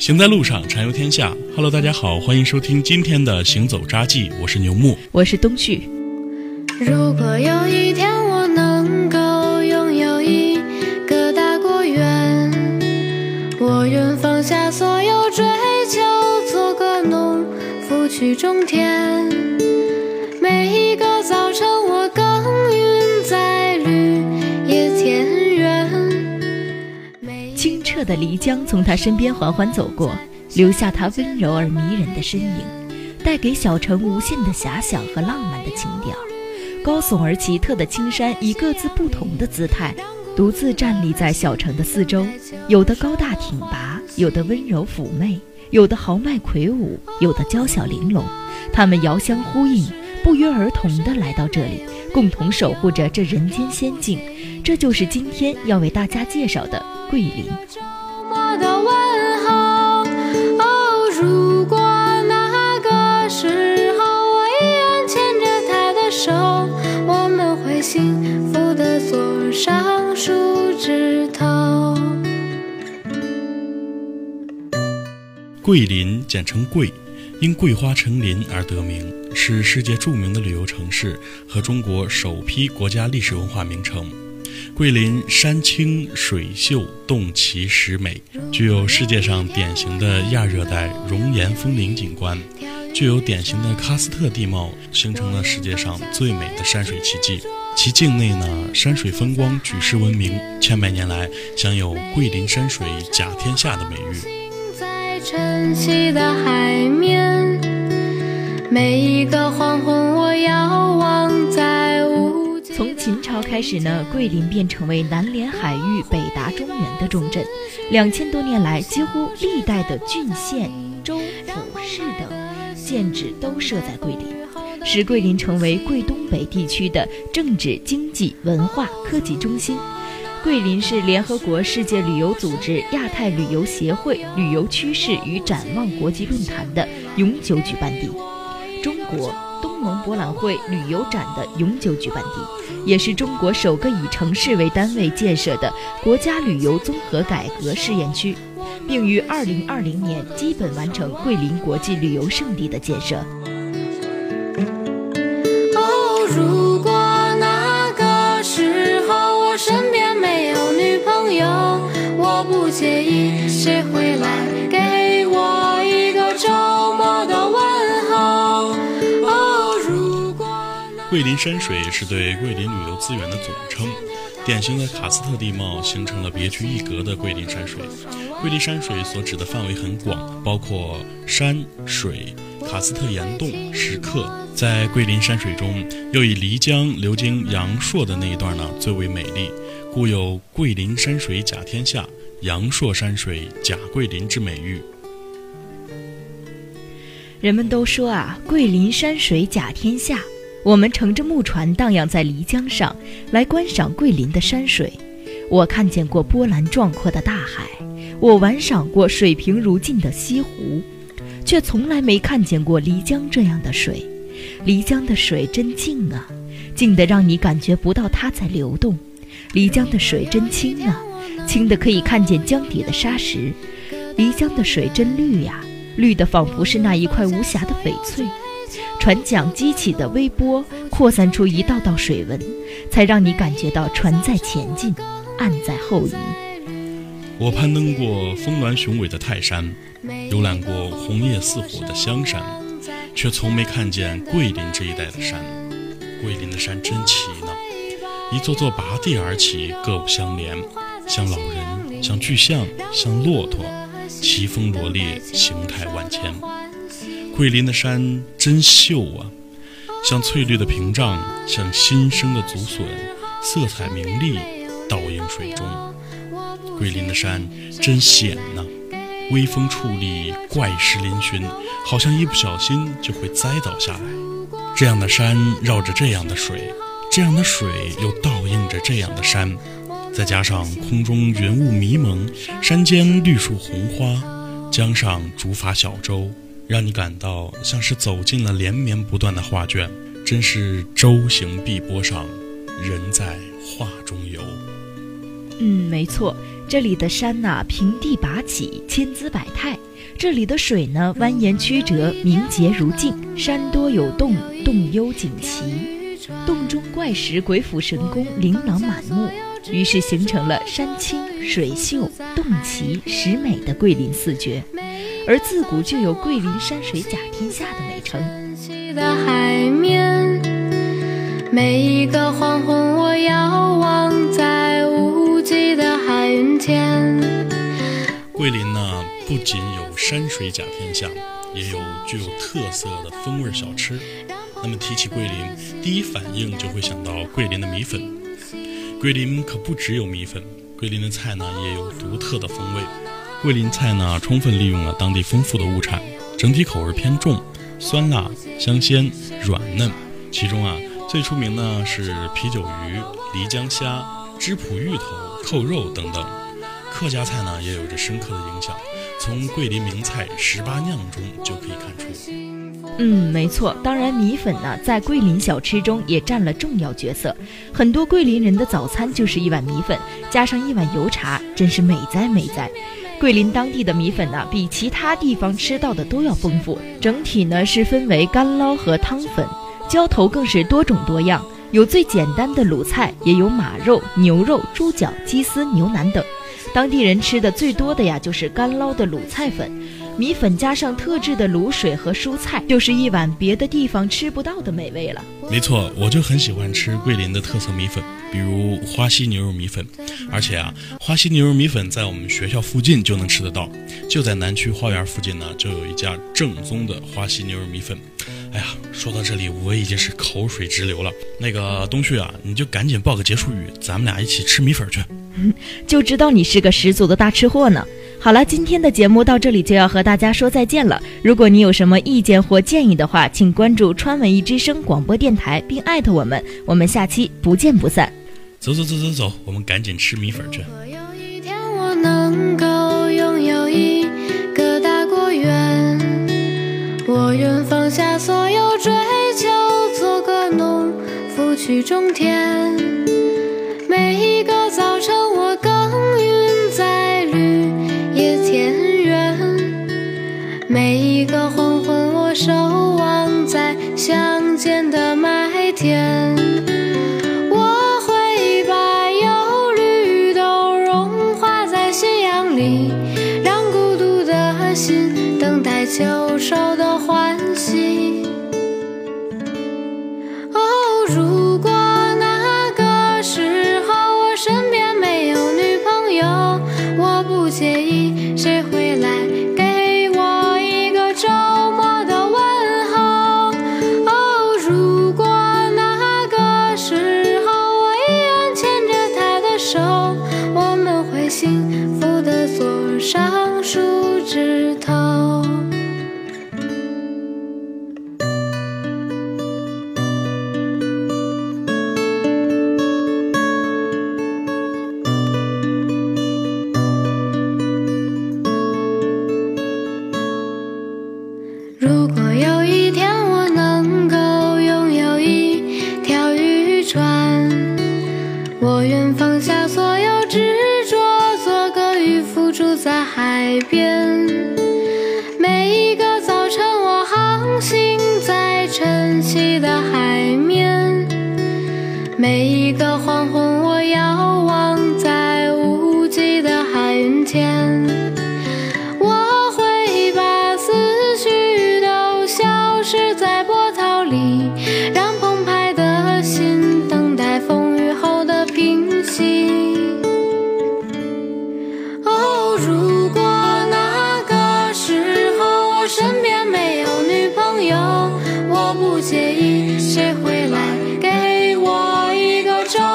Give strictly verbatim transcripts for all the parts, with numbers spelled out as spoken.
行在路上，畅游天下。Hello， 大家好，欢迎收听今天的行走札记，我是牛木， 我是东旭。 如果有一天我能够拥有一个大果园，我愿放下所有追求，做个农夫去种田。每一个早晨我耕耘在绿野田园。 清澈的漓江从他身边缓缓走过，留下他温柔而迷人的身影，带给小城无限的遐想和浪漫的情调。高耸而奇特的青山以各自不同的姿态独自站立在小城的四周，有的高大挺拔，有的温柔妩媚，有的豪迈魁梧，有的娇小玲珑。他们遥相呼应，不约而同地来到这里，共同守护着这人间仙境。这就是今天要为大家介绍的桂林。 我的问候，哦，如果那个时候我依然牵着他的手，我们会幸福地坐上树枝头。 桂林简称桂，因桂花成林而得名，是世界著名的旅游城市和中国首批国家历史文化名城。桂林山清水秀，洞奇石美，具有世界上典型的亚热带熔岩风林景观，具有典型的喀斯特地貌，形成了世界上最美的山水奇迹。其境内呢，山水风光举世闻名，千百年来享有桂林山水甲天下的美誉。 在晨曦的海面，每一个黄昏我遥望在无际。 从秦朝开始呢，桂林便成为南连海域北达中原的重镇。两千多年来，几乎历代的郡县、州、府、市等建制都设在桂林，使桂林成为桂东北地区的政治、经济、文化、科技中心。桂林是联合国世界旅游组织亚太旅游协会旅游趋势与展望国际论坛的永久举办地，中国东盟博览会旅游展的永久举办地，也是中国首个以城市为单位建设的国家旅游综合改革试验区，并于二零二零年基本完成桂林国际旅游胜地的建设。 哦，如果那个时候我身边没有女朋友，我不介意谁会来给我一个周末的问候。哦，如果桂林山水是对桂林旅游资源的总称，典型的喀斯特地貌形成了别具一格的桂林山水。桂林山水所指的范围很广，包括山水、喀斯特岩洞、石刻。在桂林山水中，又以漓江流经阳朔的那一段呢最为美丽，故有桂林山水甲天下，阳朔山水甲桂林之美誉。 人们都说啊，桂林山水甲天下。我们乘着木船荡漾在漓江上，来观赏桂林的山水。我看见过波澜壮阔的大海，我玩赏过水平如镜的西湖，却从来没看见过漓江这样的水。漓江的水真静啊，静得让你感觉不到它在流动。漓江的水真清啊，清得可以看见江底的沙石。漓江的水真绿呀、啊，绿得仿佛是那一块无瑕的翡翠。船桨激起的微波扩散出一道道水纹，才让你感觉到船在前进，岸在后移。 我攀登过峰峦雄伟的泰山，游览过红叶似火的香山，却从没看见桂林这一带的山。桂林的山真奇呢，一座座拔地而起，各不相连，像老人，像巨象，像骆驼，奇峰罗列，形态万千。桂林的山真秀啊，像翠绿的屏障，像新生的竹笋，色彩明丽，倒映水中。桂林的山真险呐、啊，微风矗立，怪石嶙峋，好像一不小心就会栽倒下来。这样的山绕着这样的水，这样的水又倒映着这样的山，再加上空中云雾迷蒙，山间绿树红花，江上竹筏小舟，让你感到像是走进了连绵不断的画卷，真是舟行碧波上，人在画中游。 嗯，没错，这里的山呐、啊，平地拔起，千姿百态， 这里的水呢蜿蜒曲折，明洁如镜，山多有洞，洞幽景奇，洞中怪石鬼斧神工琳琅满目，于是形成了山清水秀洞奇石美的桂林四绝，而自古就有桂林山水甲天下的美称。 的海面，每一个黄昏我遥望在无际的海云间。 桂林呢，不仅有山水甲天下，也有具有特色的风味小吃。那么提起桂林，第一反应就会想到桂林的米粉。桂林可不只有米粉，桂林的菜呢也有独特的风味。桂林菜呢充分利用了当地丰富的物产，整体口味偏重，酸辣、香鲜、软嫩。其中啊，最出名呢是啤酒鱼、漓江虾、芝浦芋头、扣肉等等。客家菜呢也有着深刻的影响，从桂林名菜十八酿中就可以看出。 嗯，没错，当然米粉呢在桂林小吃中也占了重要角色，很多桂林人的早餐就是一碗米粉加上一碗油茶，真是美哉美哉。桂林当地的米粉呢比其他地方吃到的都要丰富，整体呢是分为干捞和汤粉，浇头更是多种多样，有最简单的卤菜，也有马肉、牛肉、猪脚、鸡丝、牛腩等。当地人吃的最多的呀就是干捞的卤菜粉，米粉加上特制的卤水和蔬菜，就是一碗别的地方吃不到的美味了。 没错，我就很喜欢吃桂林的特色米粉，比如花溪牛肉米粉。而且啊，花溪牛肉米粉在我们学校附近就能吃得到，就在南区花园附近呢，就有一家正宗的花溪牛肉米粉。哎呀，说到这里我已经是口水直流了。那个东旭啊，你就赶紧报个结束语，咱们俩一起吃米粉去。 就知道你是个十足的大吃货呢。好了，今天的节目到这里就要和大家说再见了。如果你有什么意见或建议的话，请关注川文艺之声广播电台并艾特我们，我们下期不见不散。 走走走走走，我们赶紧吃米粉去。 有一天我能够拥有一个大果园，我愿放下所有追求，做个农夫去种田。每一个早晨我耕耘在绿野田园，每一个黄昏我守望在乡间的麦田。我会把忧虑都融化在夕阳里，让孤独的心等待秋收的欢喜。哦，如果那个时候我身边没有女朋友，我不介意谁会来给我一个周末的问候。哦，如果那个时候我依然牵着她的手，我们会幸福地坐上树枝头。如果有一天我能够拥有一条渔船，我愿放下所有执着，做个渔夫住在海边。每一个早晨我航行在晨曦的海面，每一个黄昏我遥望在无际的海云间。我会把思绪都消失在波涛里，让澎湃的心等待风雨后的平息。哦，如果那个时候我身边没有女朋友，我不介意谁会来给我一个周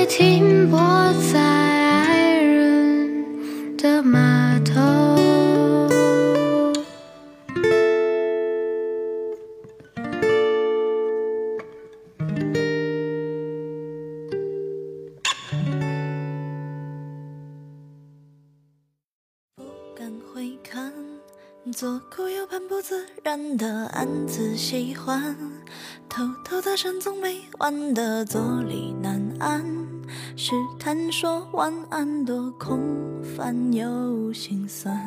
会停泊在爱人的码头。 左顾右盼不自然的暗自喜欢，偷偷的深总没完的坐立难安，试探说晚安多空泛又心酸，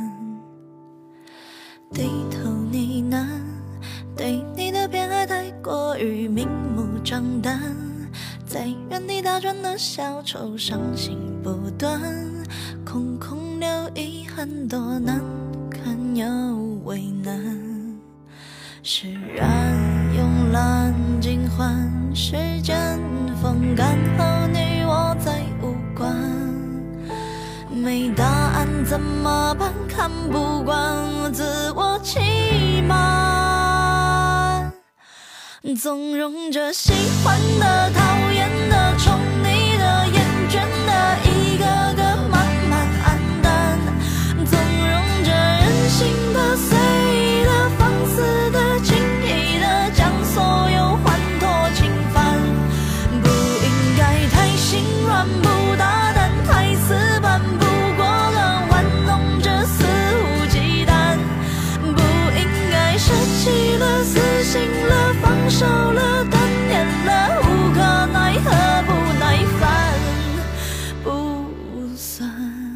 低头呢喃，对你的偏爱太过于明目张胆，在原地打转的小丑伤心不断，空空留遗憾多难看又为难，释然慵懒尽欢，时间风干后你我再无关，没答案怎么办？看不惯自我欺瞒，纵容着喜欢的、讨厌的、宠你的、厌倦的，一个个慢慢暗淡，纵容着任性的、随意的、放肆的、轻易的，将所有欢脱侵犯。不应该太心软，不大胆，太死板，不过了玩弄着肆无忌惮。不应该舍弃了、死心了、放手了、断念了，无可奈何，不耐烦，不算。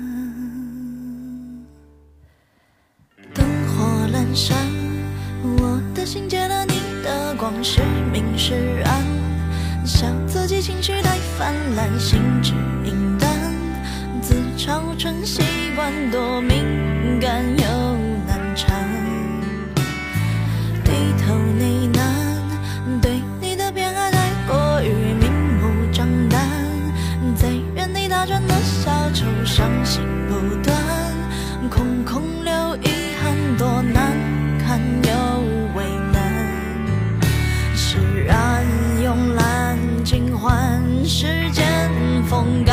灯火阑珊，我的心借了你的光，时明时暗，笑自己情绪太泛滥，心智敏感，自嘲成习惯，多敏感又难缠，低头呢喃，对你的偏爱太过于明目张胆，在原地打转的小丑伤心不断，空空留遗憾多难看又为难，释然慵懒尽欢，时间风干